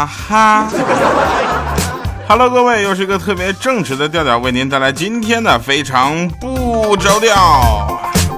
哈哈。Hello， 各位，又是一个特别正直的调调，为您带来今天的非常不着调。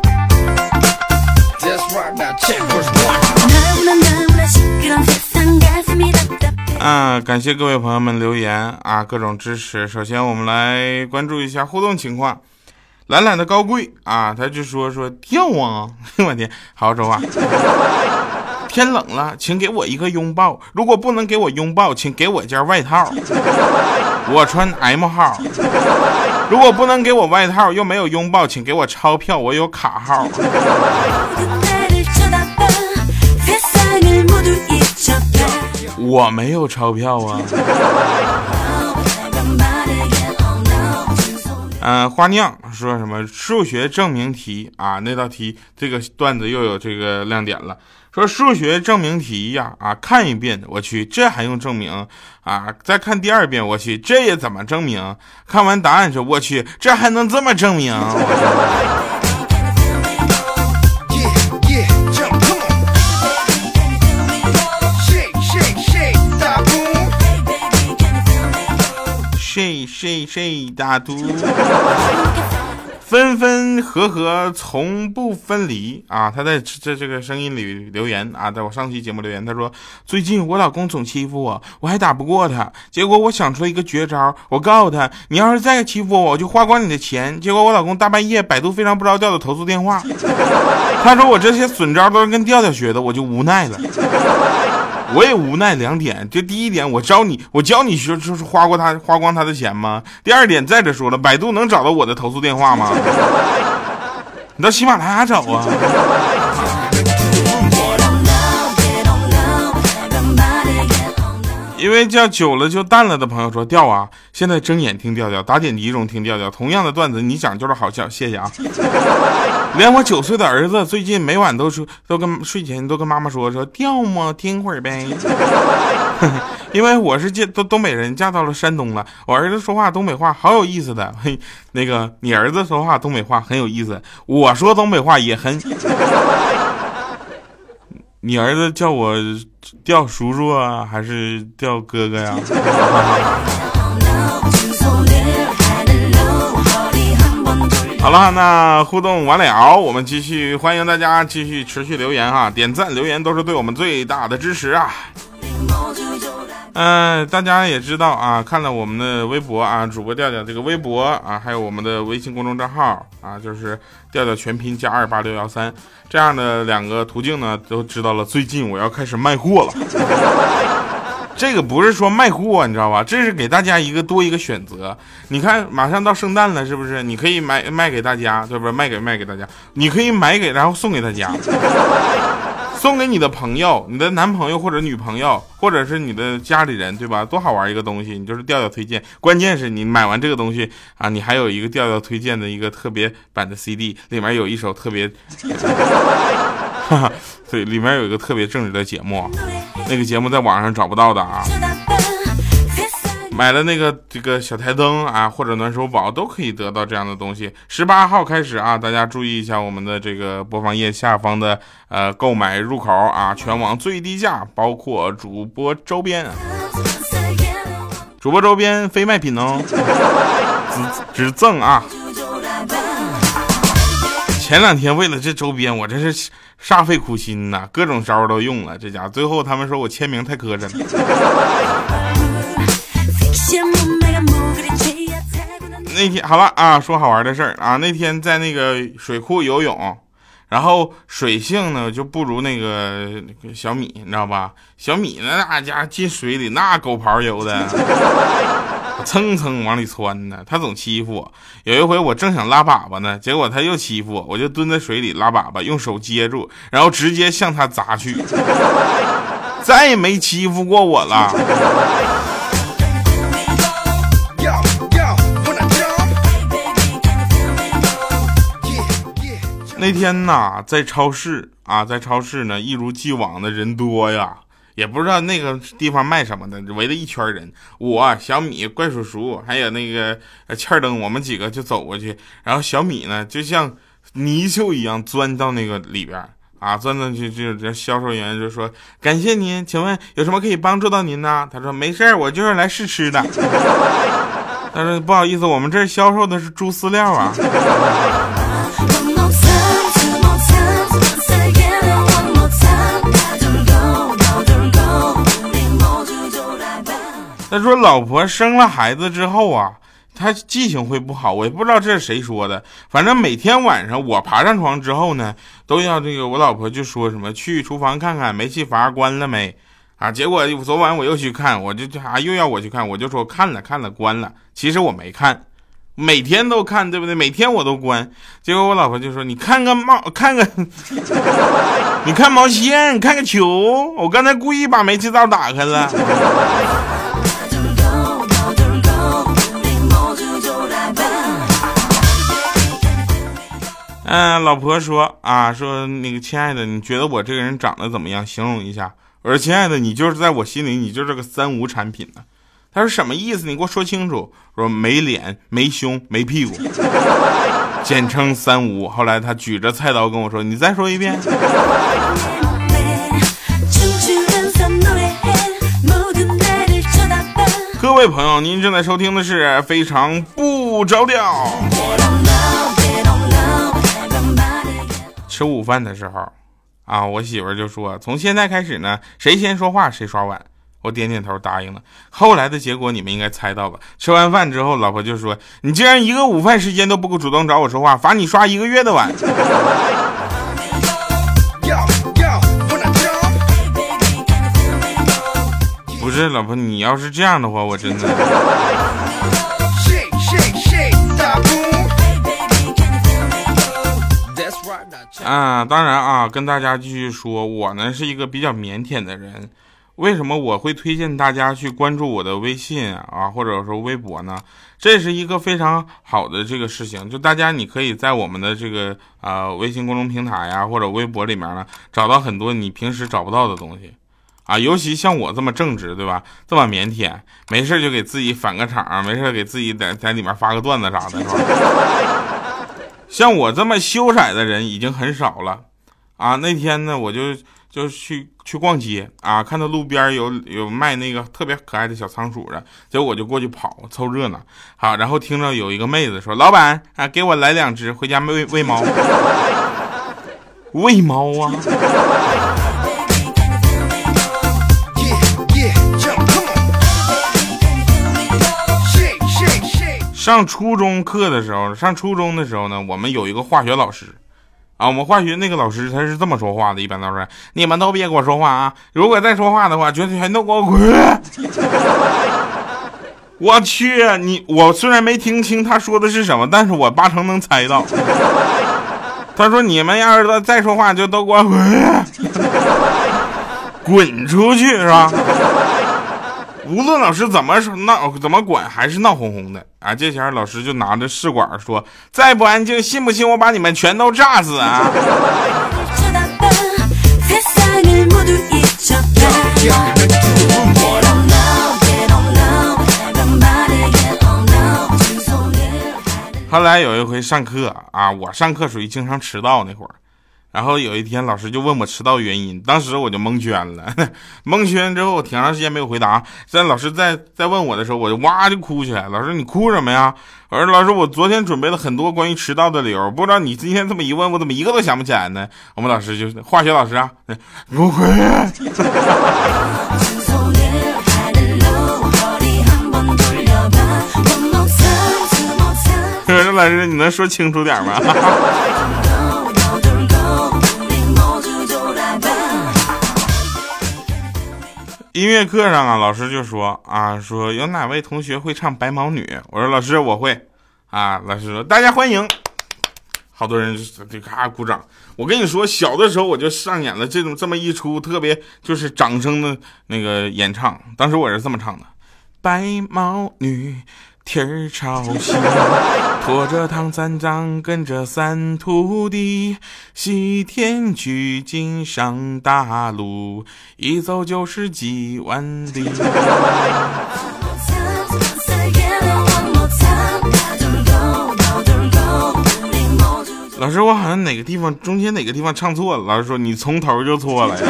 感谢各位朋友们留言啊，各种支持。首先我们来关注一下互动情况。懒懒的高贵啊，他就说掉啊，我天，好好说话。天冷了，请给我一个拥抱，如果不能给我拥抱，请给我件外套，我穿 M 号。如果不能给我外套又没有拥抱，请给我钞票，我有卡号。我没有钞票啊。花酿说什么数学证明题啊？那道题这个段子又有这个亮点了。说数学证明题呀，看一遍我去，这还用证明啊？再看第二遍我去，这也怎么证明？看完答案说我去，这还能这么证明？谁大都分分合合从不分离啊！他在这个声音里留言啊，在我上期节目留言，他说最近我老公总欺负我，我还打不过他，结果我想出了一个绝招，我告诉他，你要是再欺负我，我就花光你的钱。结果我老公大半夜百度非常不着调的投诉电话，他说我这些损招都是跟调调学的，我就无奈了。我也无奈两点，这第一点，我教你就是花光他的钱吗？第二点，再者说了，百度能找到我的投诉电话吗？你到喜马拉雅找啊。一位叫久了就淡了的朋友说，调啊，现在睁眼听调调，打点滴中听调调，同样的段子你讲就是好笑，谢谢啊。连我9岁的儿子最近每晚都跟睡前都跟妈妈说调吗？听会儿呗。因为我是东北人，嫁到了山东了，我儿子说话东北话好有意思的。那个你儿子说话东北话很有意思，我说东北话也很。你儿子叫我调叔叔啊，还是调哥哥呀？好了，那互动完了，我们继续，欢迎大家继续持续留言哈，点赞留言都是对我们最大的支持啊。大家也知道啊，看了我们的微博啊，主播调调这个微博啊，还有我们的微信公众账号啊，就是调调全拼加28613这样的2个途径呢，都知道了。最近我要开始卖货了。这个不是说卖货，你知道吧？这是给大家多一个选择。你看，马上到圣诞了，是不是？你可以卖给大家，对不对？卖给大家，你可以买给然后送给大家。送给你的朋友，你的男朋友或者女朋友，或者是你的家里人，对吧？多好玩一个东西，你就是调调推荐。关键是你买完这个东西啊，你还有一个调调推荐的一个特别版的 CD， 里面有一首特别对，里面有一个特别正直的节目，那个节目在网上找不到的啊。买了这个小台灯啊，或者暖手宝都可以得到这样的东西。18号开始啊，大家注意一下我们的这个播放页下方的购买入口啊，全网最低价，包括主播周边，主播周边非卖品哦，只赠啊。前2天为了这周边，我真是煞费苦心呐，各种招都用了，这家最后他们说我签名太磕碜了。那天好了啊，说好玩的事儿啊，那天在那个水库游泳，然后水性呢就不如那个小米，你知道吧？小米那家进水里那狗刨游的，蹭蹭往里窜呢，他总欺负我。有一回我正想拉粑粑呢，结果他又欺负我，我就蹲在水里拉粑粑，用手接住，然后直接向他砸去，再也没欺负过我了。那天呐，在超市呢，一如既往的人多呀，也不知道那个地方卖什么的，围了一圈人。我、小米、怪叔叔还有那个欠灯，我们几个就走过去，然后小米呢就像泥鳅一样钻到那个里边啊，钻进去就这销售员就说感谢您，请问有什么可以帮助到您呢？他说没事儿，我就是来试吃的。他说不好意思，我们这儿销售的是猪饲料啊。他说老婆生了孩子之后啊，他记性会不好，我也不知道这是谁说的，反正每天晚上我爬上床之后呢，都要这个我老婆就说什么去厨房看看煤气阀关了没啊，结果昨晚我又去看，我就又要我去看，我就说看了关了，其实我没看，每天都看对不对？每天我都关，结果我老婆就说你看个你看毛线，看个球，我刚才故意把煤气灶打开了。老婆说说那个亲爱的，你觉得我这个人长得怎么样？形容一下。我说亲爱的，你就是在我心里，你就是个3无产品呢。他说什么意思？你给我说清楚。我说没脸、没胸、没屁股，简称3无。后来他举着菜刀跟我说：“你再说一遍。”各位朋友，您正在收听的是非常不着调。吃午饭的时候我媳妇就说从现在开始呢，谁先说话谁刷碗。我点点头答应了。后来的结果你们应该猜到吧。吃完饭之后，老婆就说你竟然一个午饭时间都不主动找我说话，罚你刷1个月的碗。不是老婆，你要是这样的话，我真的当然跟大家继续说，我呢是一个比较腼腆的人。为什么我会推荐大家去关注我的微信或者说微博呢？这是一个非常好的这个事情，就大家你可以在我们的这个微信公众平台或者微博里面呢，找到很多你平时找不到的东西尤其像我这么正直，对吧？这么腼腆，没事就给自己返个场，没事给自己在里面发个段子啥的，是吧？像我这么羞涩的人已经很少了那天呢，我就去逛街看到路边有卖那个特别可爱的小仓鼠的，结果我就过去跑凑热闹。好，然后听着有一个妹子说：“老板给我来2只，回家喂猫。”喂猫啊！上初中的时候呢，我们有一个化学老师我们化学那个老师他是这么说话的，一般都是你们都别给我说话如果再说话的话，全都给我滚！我去，我虽然没听清他说的是什么，但是我8成能猜到。他说你们要是再说话就都给我滚，滚出去是吧？无论老师怎么管，还是闹哄哄的这前老师就拿着试管说：“再不安静，信不信我把你们全都炸死啊！”后来有一回上课我上课属于经常迟到那会儿。然后有一天老师就问我迟到原因，当时我就蒙圈了。蒙圈之后我挺长时间没有回答，在老师再问我的时候，我就哇就哭起来。老师你哭什么呀？我说老师我昨天准备了很多关于迟到的理由，不知道你今天这么一问，我怎么一个都想不起来呢？我们老师就是化学老师给我滚！我说老师你能说清楚点吗？音乐课上老师就说说有哪位同学会唱白毛女？我说老师我会老师说大家欢迎，好多人就咔鼓掌。我跟你说，小的时候我就上演了这么一出特别就是掌声的那个演唱，当时我是这么唱的：白毛女天儿朝西，驮着唐三藏跟着三徒弟，西天取经上大路，一走就是几万里。 老师，我好像哪个地方中间哪个地方唱错了。老师说你从头就错了呀。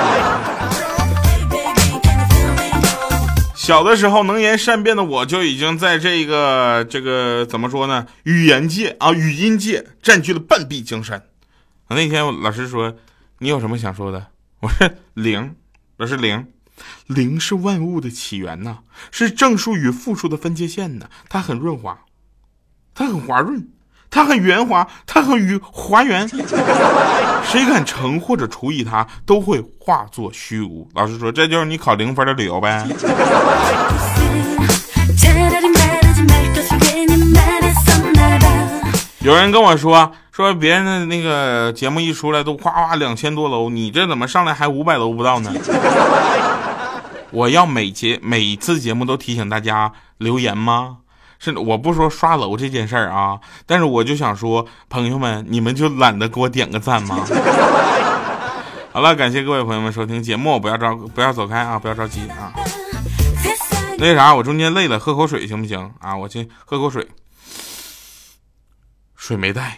小的时候能言善辩的我就已经在这个怎么说呢，语音界占据了半壁江山。那天老师说你有什么想说的？我说零。老师零是万物的起源呐，是正数与负数的分界线呐，它很润滑，它很滑润，它很圆滑，它很滑圆。谁敢乘或者除以它，都会化作虚无。老师说这就是你考0分的理由呗。有人跟我说别人的那个节目一出来都夸夸2000多楼，你这怎么上来还500楼不到呢？我要每次节目都提醒大家留言吗？是我不说刷楼这件事儿啊，但是我就想说，朋友们，你们就懒得给我点个赞吗？好了，感谢各位朋友们收听节目，不要走开啊，不要着急啊。那啥，我中间累了，喝口水行不行啊？我去喝口水，水没带。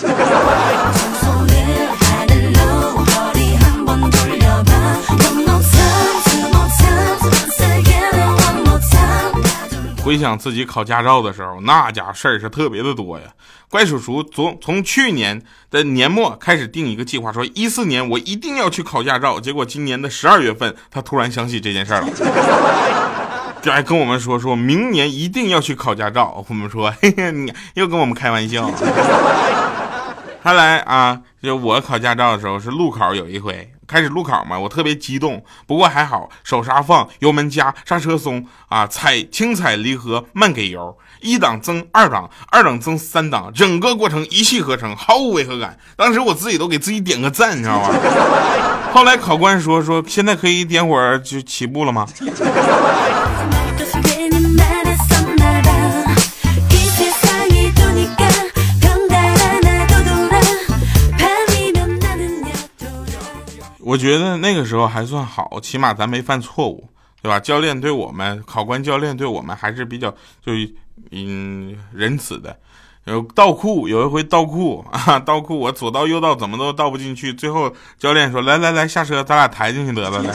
回想自己考驾照的时候，那家事儿是特别的多呀。怪叔叔从去年的年末开始定一个计划，说14年我一定要去考驾照，结果今年的12月份他突然想起这件事儿了，就还跟我们说明年一定要去考驾照。我们说嘿嘿，你又跟我们开玩笑。后来啊，就我考驾照的时候是路考，有一回开始路考嘛，我特别激动，不过还好，手刹放，油门加，刹车松啊，轻踩离合，慢给油，1档增2档，2档增3档，整个过程一气呵成，毫无违和感。当时我自己都给自己点个赞，你知道吗？后来考官说现在可以点火就起步了吗？我觉得那个时候还算好，起码咱没犯错误，对吧？考官教练对我们还是比较仁慈的。有倒库，有一回倒库我左倒右倒怎么都倒不进去，最后教练说来下车，咱俩抬进去得了来。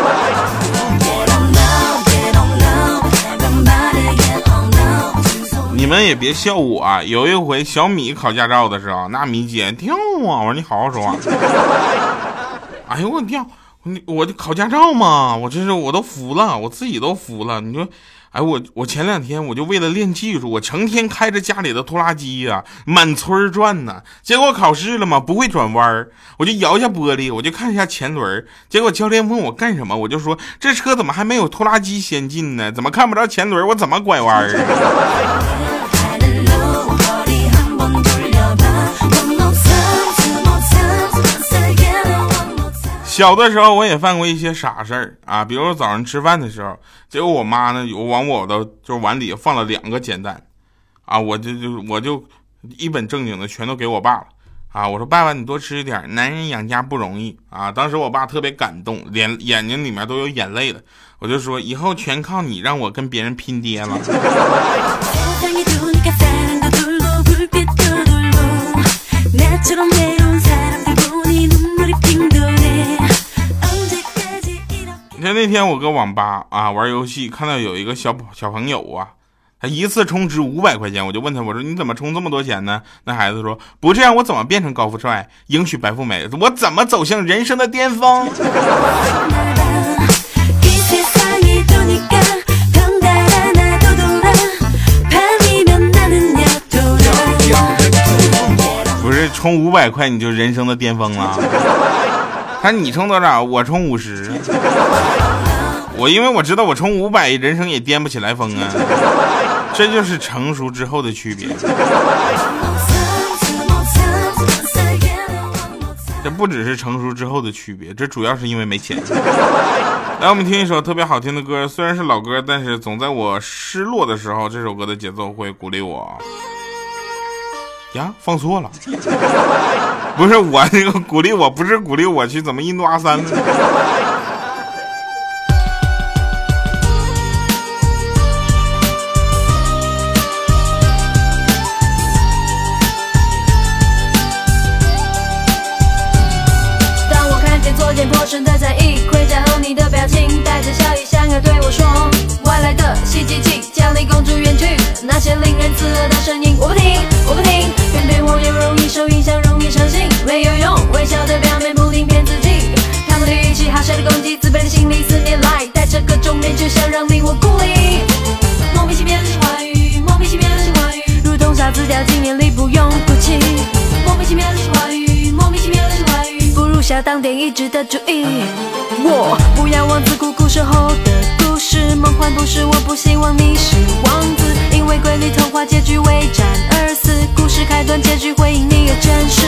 你们也别笑我啊！有一回小米考驾照的时候，那米姐跳啊，我说你好好说话。哎呦我跳，我就考驾照嘛，我都服了，我自己都服了。你说，哎我前2天我就为了练技术，我成天开着家里的拖拉机啊，满村转呢。结果考试了嘛，不会转弯，我就摇下玻璃，我就看一下前轮。结果教练问我干什么，我就说这车怎么还没有拖拉机先进呢？怎么看不着前轮？我怎么拐弯啊？小的时候我也犯过一些傻事儿啊，比如早上吃饭的时候，结果我妈呢往我的就是碗里放了2个煎蛋，啊，我就一本正经的全都给我爸了啊，我说爸爸你多吃一点，男人养家不容易啊。当时我爸特别感动，眼睛里面都有眼泪了，我就说以后全靠你让我跟别人拼爹了。那天我搁网吧啊玩游戏，看到有一个小朋友啊，他一次充值500块钱，我就问他，我说你怎么充这么多钱呢？那孩子说不这样我怎么变成高富帅、迎娶白富美，我怎么走向人生的巅峰？不是充500块你就人生的巅峰了？看你充多少，我充50。因为我知道我充500，人生也颠不起来风啊。这就是成熟之后的区别。这不只是成熟之后的区别，这主要是因为没钱。来，我们听一首特别好听的歌，虽然是老歌，但是总在我失落的时候，这首歌的节奏会鼓励我。呀，放错了，不是我这个鼓励我，不是鼓励我去怎么印度阿三呢？ 就想让你我孤立。莫名其妙的情话语，莫名其妙的情话语，如同沙子掉进眼里不用哭泣。莫名其妙的情话语，莫名其妙的情话语，不如下当点一致的主意。我不要王子苦苦守候的故事，梦幻不是，我不希望你是王子，因为瑰丽童话结局为战而死，故事开端结局会因你而真实。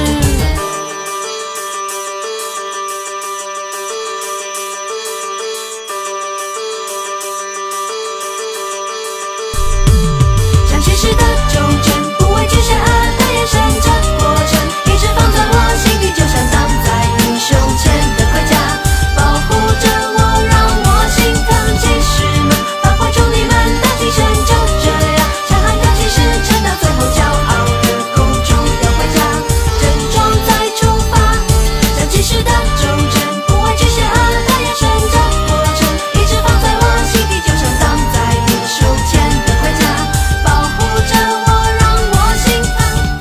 像骑士的忠贞，不畏惧险恶的眼神，这过程一直放在我心底，就像挡在你胸前的盔甲，保护着我，让我心疼。骑士们，发挥出你们的精神，就这样，强悍的骑士撑到最后，骄傲的公主要回家，郑重再出发。像骑士的忠贞，不畏惧险恶的眼神，这过程一直放在我心底，就像挡在你胸前的盔甲，保护着我，让我心疼。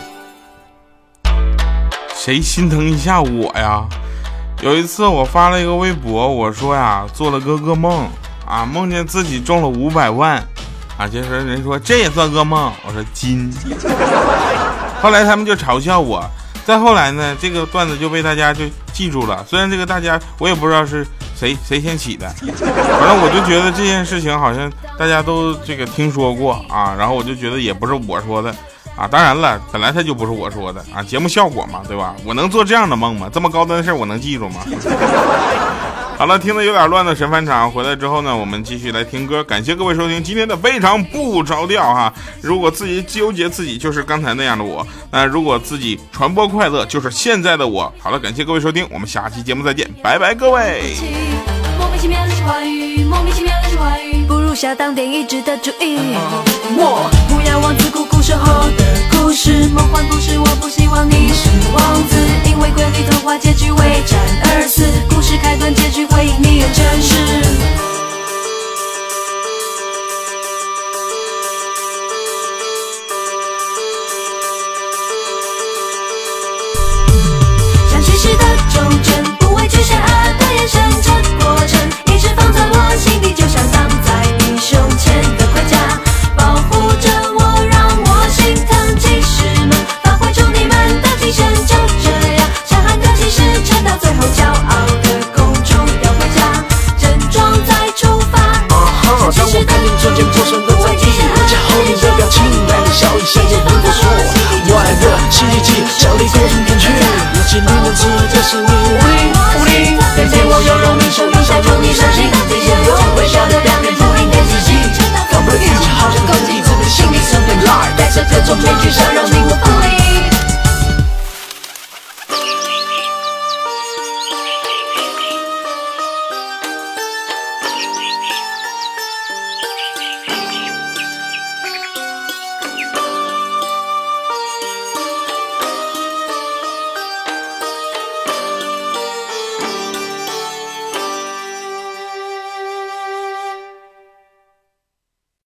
谁心疼一下我呀？有一次我发了一个微博，我说呀，做了个噩梦啊，梦见自己中了500万啊，就是人说这也算噩梦，我说金。后来他们就嘲笑我，再后来呢，这个段子就被大家就记住了。虽然这个大家我也不知道是谁先起的，反正我就觉得这件事情好像大家都这个听说过啊，然后我就觉得也不是我说的。啊，当然了，本来它就不是我说的啊，节目效果嘛，对吧？我能做这样的梦吗？这么高端的事我能记住吗？好了，听得有点乱的神返场回来之后呢，我们继续来听歌。感谢各位收听今天的非常不着调哈。如果自己纠结自己就是刚才那样的我，那如果自己传播快乐就是现在的我。好了，感谢各位收听，我们下期节目再见，拜拜各位。 莫名其妙的话语，莫名其妙的话语，不如下当点一致的主意。我不要王子苦苦守候的故事，梦幻不是，我不希望你是王子，因为瑰丽童话结局为战而死，故事开端结局会因你而真实。